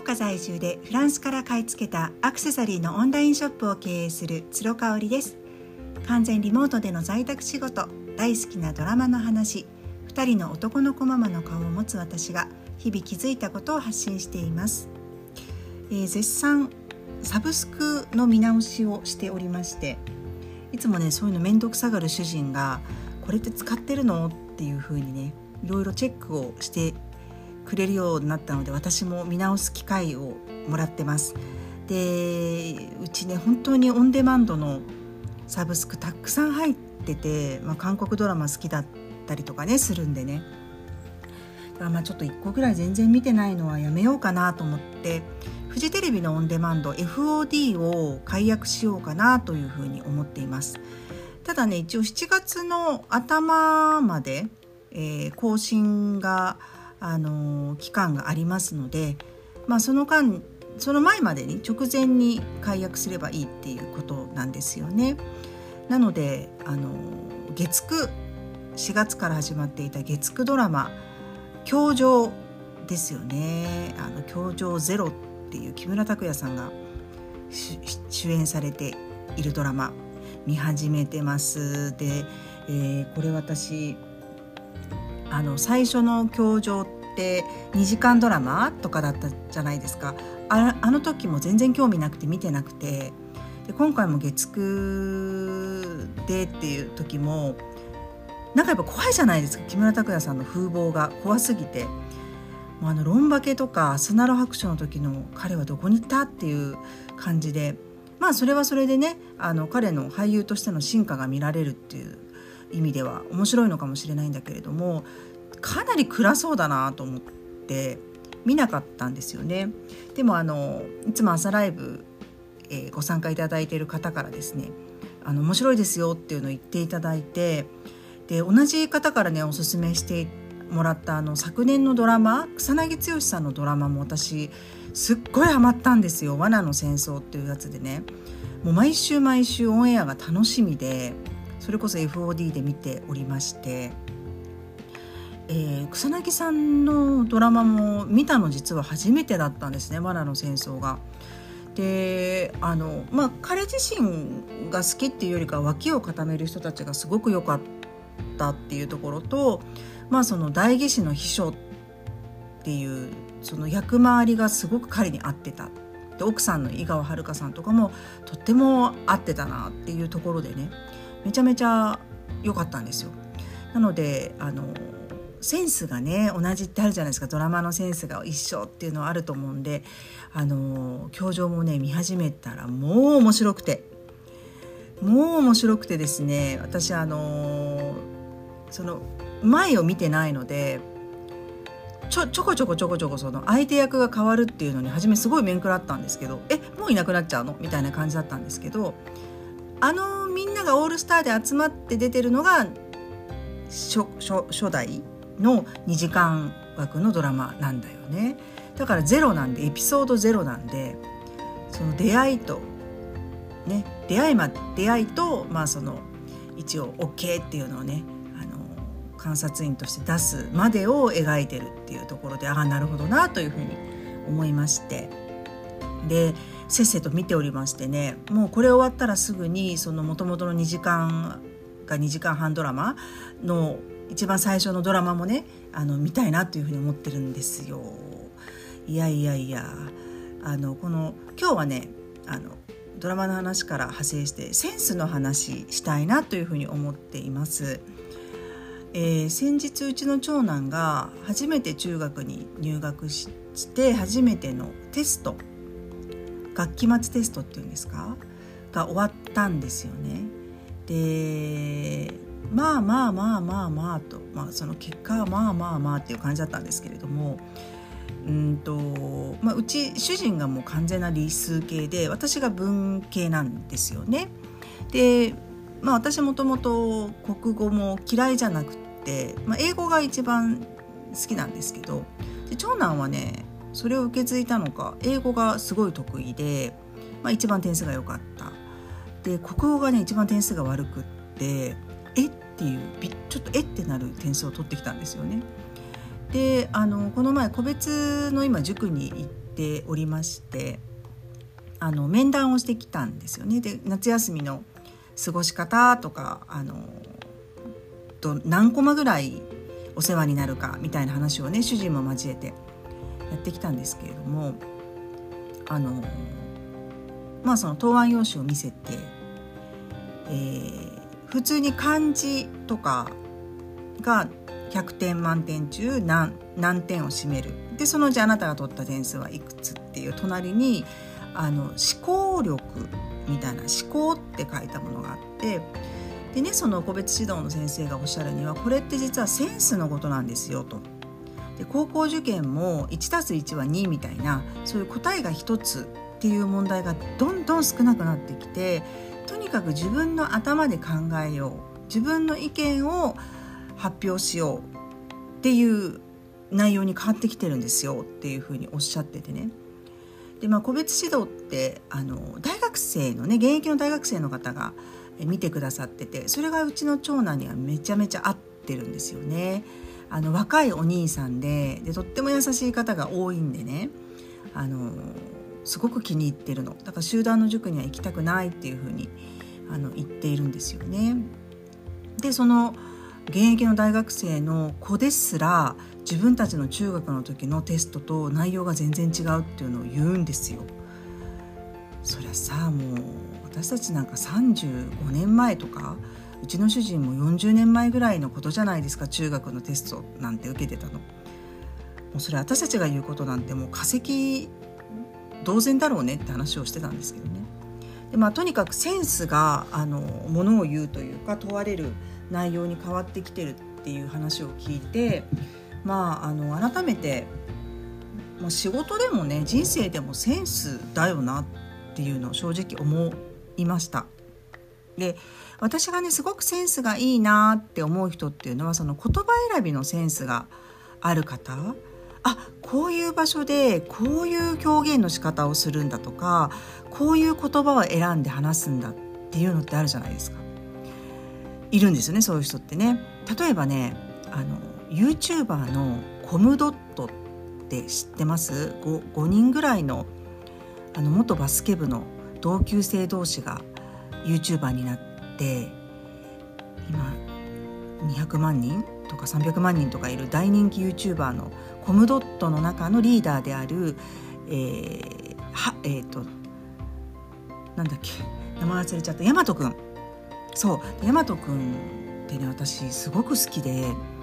岡在住でフランスから買い付けたアクセサリーのオンラインショップを経営する鶴香織です。完全リモートでの在宅仕事、大好きなドラマの話、2人の男の子ママの顔を持つ私が日々気づいたことを発信しています。絶賛サブスクの見直しをしておりまして、いつもねそういうのめんどくさがる主人がこれって使ってるのっていう風にねいろいろチェックをしてくれるようになったので、私も見直す機会をもらってます。でうちね本当にオンデマンドのサブスクたくさん入ってて、韓国ドラマ好きだったりとかねするんでね、だからちょっと1個ぐらい全然見てないのはやめようかなと思って、フジテレビのオンデマンド FOD を解約しようかなというふうに思っています。ただね一応7月の頭まで、更新が期間がありますので、その前までに直前に解約すればいいっていうことなんですよね。なので月9 4月から始まっていた月9ドラマ教場ですよね。教場ゼロっていう木村拓哉さんが主演されているドラマ見始めてます。で、これ私最初の教場って2時間ドラマとかだったじゃないですか。あの時も全然興味なくて見てなくて、で今回も月9でっていう時もなんかやっぱ怖いじゃないですか。木村拓哉さんの風貌が怖すぎて、もうロンバケとかスナロ白書の時の彼はどこに行ったっていう感じで、それはそれでね彼の俳優としての進化が見られるっていう意味では面白いのかもしれないんだけれども、かなり暗そうだなと思って見なかったんですよね。でもいつも朝ライブ、ご参加いただいている方からですね面白いですよっていうのを言っていただいて、で同じ方からねおすすめしてもらった昨年のドラマ草薙剛さんのドラマも私すっごいハマったんですよ。罠の戦争っていうやつでね、もう毎週オンエアが楽しみで、それこそ FOD で見ておりまして、草薙さんのドラマも見たの実は初めてだったんですね、罠の戦争が。で彼自身が好きっていうよりか脇を固める人たちがすごく良かったっていうところと、その代議士の秘書っていうその役回りがすごく彼に合ってた。で奥さんの井川遥さんとかもとっても合ってたなっていうところでね、めちゃめちゃ良かったんですよ。なのでセンスがね同じってあるじゃないですか。ドラマのセンスが一緒っていうのはあると思うんで、教場もね見始めたらもう面白くてですね、私その前を見てないのでちょこちょこその相手役が変わるっていうのに初めすごい面食らったんですけど、もういなくなっちゃうのみたいな感じだったんですけど、みんながオールスターで集まって出てるのが初代の2時間枠のドラマなんだよね。だからゼロなんで、エピソードゼロなんで、その出会いとね出会いとその一応 OK っていうのをね監察員として出すまでを描いてるっていうところで、なるほどなというふうに思いまして、でせっせと見ておりましてね、もうこれ終わったらすぐにその元々の2時間半ドラマの一番最初のドラマもね見たいなというふうに思ってるんですよ。いやこの今日はねドラマの話から派生してセンスの話したいなというふうに思っています。先日うちの長男が初めて中学に入学して初めてのテスト、学期末テストっていうんですかが終わったんですよね。でと、その結果はっていう感じだったんですけれども、うち主人がもう完全な理数系で私が文系なんですよね。で私もともと国語も嫌いじゃなくて、英語が一番好きなんですけど、で長男はねそれを受け継いだのか英語がすごい得意で、一番点数が良かった。で国語がね一番点数が悪くってっていうちょっとってなる点数を取ってきたんですよね。でこの前個別の今塾に行ってておりまして、面談をしてきたんですよね。で、夏休みの過ごし方とか何コマぐらいお世話になるかみたいな話をね、主人も交えてやってきたんですけれども、その答案用紙を見せて、普通に漢字とかが100点満点中 何点を占める。でそのうちあなたが取った点数はいくつっていう隣に思考力みたいな、思考って書いたものがあって、でね、その個別指導の先生がおっしゃるには、これって実はセンスのことなんですよと。で高校受験も 1+1 は2みたいな、そういう答えが1つっていう問題がどんどん少なくなってきて、とにかく自分の頭で考えよう、自分の意見を発表しようっていう内容に変わってきてるんですよっていうふうにおっしゃっててね。で、個別指導って大学生のね、現役の大学生の方が見てくださってて、それがうちの長男にはめちゃめちゃ合ってるんですよね。若いお兄さんでとっても優しい方が多いんでね、すごく気に入ってるの。だから集団の塾には行きたくないっていうふうに言っているんですよね。でその現役の大学生の子ですら自分たちの中学の時のテストと内容が全然違うっていうのを言うんですよ。そりゃさ、もう私たちなんか35年前とか、うちの主人も40年前ぐらいのことじゃないですか、中学のテストなんて受けてたの。もうそれ私たちが言うことなんてもう化石同然だろうねって話をしてたんですけどね。で、とにかくセンスがものを言うというか問われる内容に変わってきてるっていう話を聞いて、改めて、仕事でもね、人生でもセンスだよなっていうのを正直思いました。で、私がねすごくセンスがいいなって思う人っていうのは、その言葉選びのセンスがある方、こういう場所でこういう表現の仕方をするんだとか、こういう言葉を選んで話すんだっていうのってあるじゃないですか。いるんですよね、そういう人ってね。例えばね、YouTuber のコムドットって知ってます？ 5人ぐらいの元バスケ部の同級生同士が YouTuber になって、今200万人とか300万人とかいる大人気 YouTuber のコムドットの中のリーダーであるなんだっけ、名前忘れちゃった、ヤマトくん。そう、ヤマトくんってね、私すごく好きで、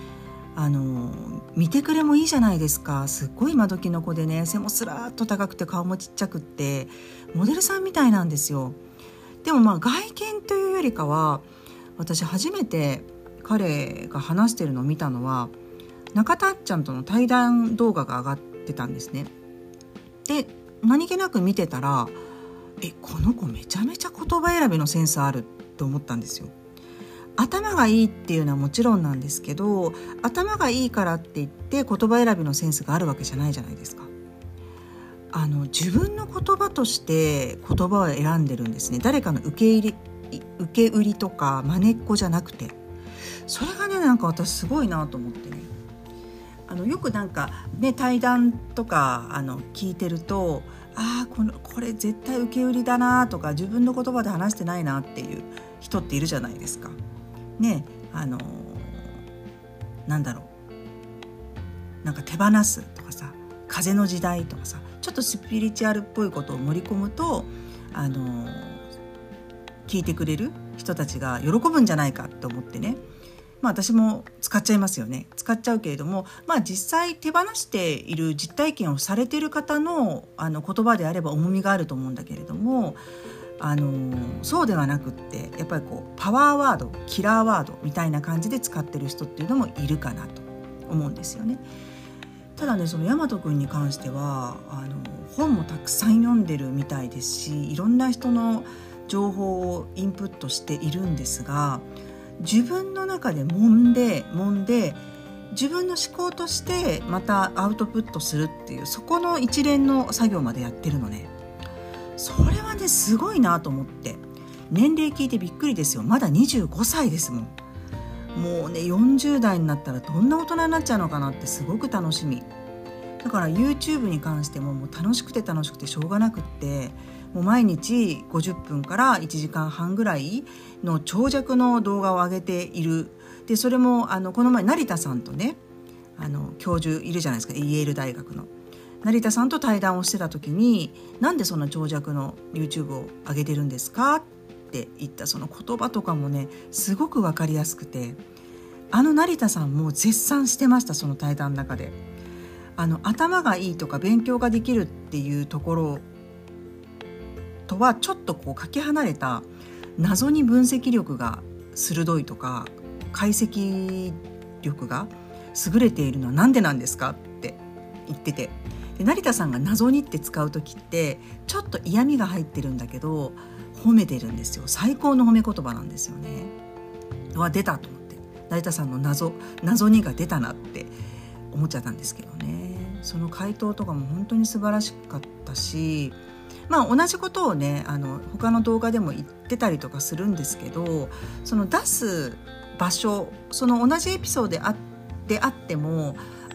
見てくれもいいじゃないですか。すっごい今時の子でね、背もスラーっと高くて顔もちっちゃくってモデルさんみたいなんですよ。でも外見というよりかは、私初めて彼が話してるのを見たのは、中田あっちゃんとの対談動画が上がってたんですね。で、何気なく見てたら、この子めちゃめちゃ言葉選びのセンスあると思ったんですよ。頭がいいっていうのはもちろんなんですけど、頭がいいからって言って言葉選びのセンスがあるわけじゃないじゃないですか。自分の言葉として言葉を選んでるんですね。誰かの受け売りとか真似っこじゃなくて。それがね、なんか私すごいなと思ってね。よくなんかね、対談とか聞いてると、これ絶対受け売りだなとか、自分の言葉で話してないなっていう人っているじゃないですかね。なんだろう、なんか手放すとかさ、風の時代とかさ、ちょっとスピリチュアルっぽいことを盛り込むと聞いてくれる人たちが喜ぶんじゃないかと思ってね、私も使っちゃいますよね。使っちゃうけれども、実際手放している実体験をされている方の言葉であれば重みがあると思うんだけれども、そうではなくって、やっぱりパワーワード、キラーワードみたいな感じで使ってる人っていうのもいるかなと思うんですよね。ただね、その大和くんに関しては本もたくさん読んでるみたいですし、いろんな人の情報をインプットしているんですが、自分の中で揉んで自分の思考としてまたアウトプットするっていう、そこの一連の作業までやってるのね。それはね、すごいなと思って。年齢聞いてびっくりですよ。まだ25歳ですもん。もうね、40代になったらどんな大人になっちゃうのかなってすごく楽しみ。 だから YouTube に関してももう楽しくてしょうがなくって、もう毎日50分から1時間半ぐらいの長尺の動画を上げている。でそれもこの前成田さんとね、教授いるじゃないですか、イェール大学の成田さんと対談をしてた時に、なんでそんな長尺の YouTube を上げてるんですかって言ったその言葉とかもね、すごく分かりやすくて、成田さんも絶賛してました。その対談の中で頭がいいとか勉強ができるっていうところとはちょっとこうかけ離れた、謎に分析力が鋭いとか解析力が優れているのはなんでなんですかって言ってて、で成田さんが謎にって使う時ってちょっと嫌味が入ってるんだけど褒めてるんですよ。最高の褒め言葉なんですよね。出たと思って、成田さんの謎にが出たなって思っちゃったんですけどね。その回答とかも本当に素晴らしかったし、同じことをね他の動画でも言ってたりとかするんですけど、その出す場所、その同じエピソードであっても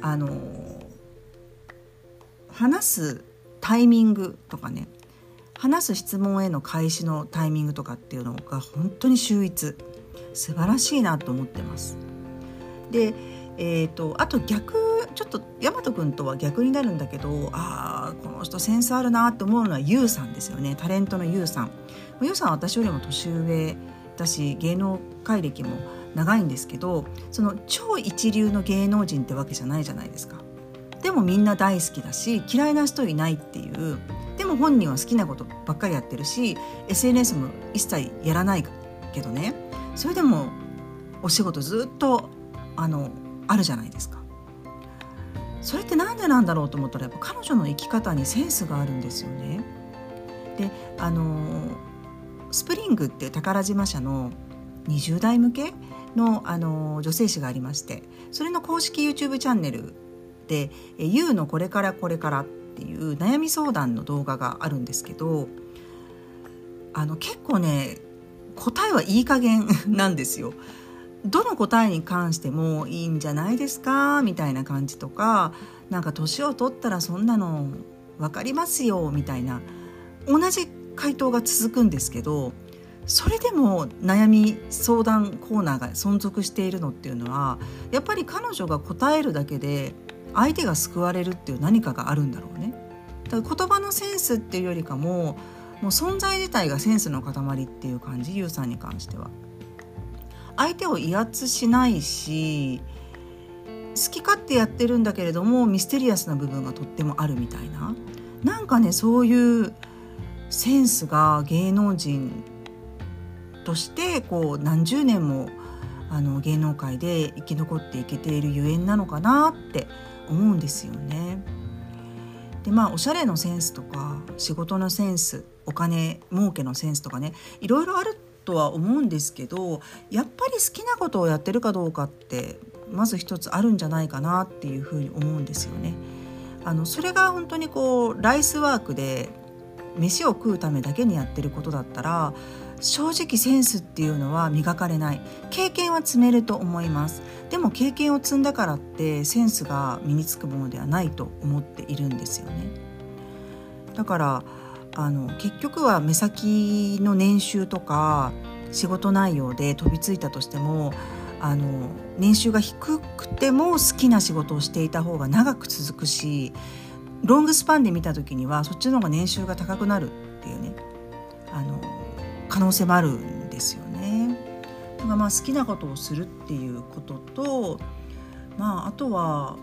話すタイミングとかね、話す質問への返しのタイミングとかっていうのが本当に秀逸、素晴らしいなと思ってます。で、あとちょっと大和くんとは逆になるんだけど、この人センスあるなって思うのはユウさんですよね。タレントのユウさん。ユウさんは私よりも年上だし、芸能界歴も長いんですけど、その超一流の芸能人ってわけじゃないじゃないですか。でもみんな大好きだし、嫌いな人いないっていう。でも本人は好きなことばっかりやってるし、 SNS も一切やらないけどね、それでもお仕事ずっとあるじゃないですか。それってなんでなんだろうと思ったら、やっぱ彼女の生き方にセンスがあるんですよね。でスプリングっていう宝島社の20代向けの、女性誌がありまして、それの公式 YouTube チャンネルでゆうのこれからっていう悩み相談の動画があるんですけど、結構ね答えはいい加減なんですよ。どの答えに関してもいいんじゃないですかみたいな感じとか、なんか年を取ったらそんなの分かりますよみたいな同じ回答が続くんですけど、それでも悩み相談コーナーが存続しているのっていうのは、やっぱり彼女が答えるだけで相手が救われるっていう何かがあるんだろうね。だから言葉のセンスっていうよりかもう存在自体がセンスの塊っていう感じ。ゆうさんに関しては相手を威圧しないし、好き勝手やってるんだけれどもミステリアスな部分がとってもあるみたいな、なんかねそういうセンスが芸能人としてこう何十年も芸能界で生き残っていけているゆえんなのかなって思うんですよね。でおしゃれのセンスとか仕事のセンス、お金儲けのセンスとかね、いろいろあるとは思うんですけど、やっぱり好きなことをやってるかどうかってまず一つあるんじゃないかなっていうふうに思うんですよね。それが本当にこうライスワークで飯を食うためだけにやってることだったら、正直センスっていうのは磨かれない。経験は積めると思います。でも経験を積んだからってセンスが身につくものではないと思っているんですよね。だから結局は目先の年収とか仕事内容で飛びついたとしても、年収が低くても好きな仕事をしていた方が長く続くし、ロングスパンで見た時にはそっちの方が年収が高くなるっていうね、可能性もあるんですよね。だから好きなことをするっていうことと、あとは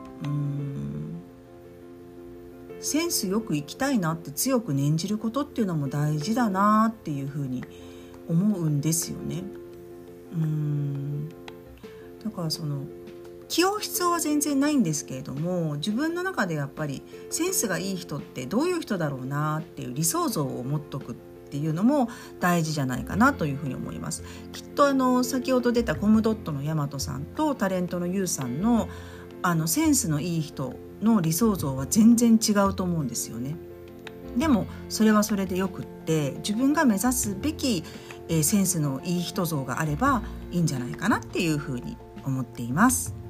センスよく生きたいなって強く念じることっていうのも大事だなっていうふうに思うんですよね。だから気負う必要は全然ないんですけれども、自分の中でやっぱりセンスがいい人ってどういう人だろうなっていう理想像を持っとくっていうのも大事じゃないかなというふうに思います。きっと先ほど出たコムドットの大和さんとタレントのユウさんのセンスのいい人の理想像は全然違うと思うんですよね。でもそれはそれでよくって、自分が目指すべきセンスのいい人像があればいいんじゃないかなっていうふうに思っています。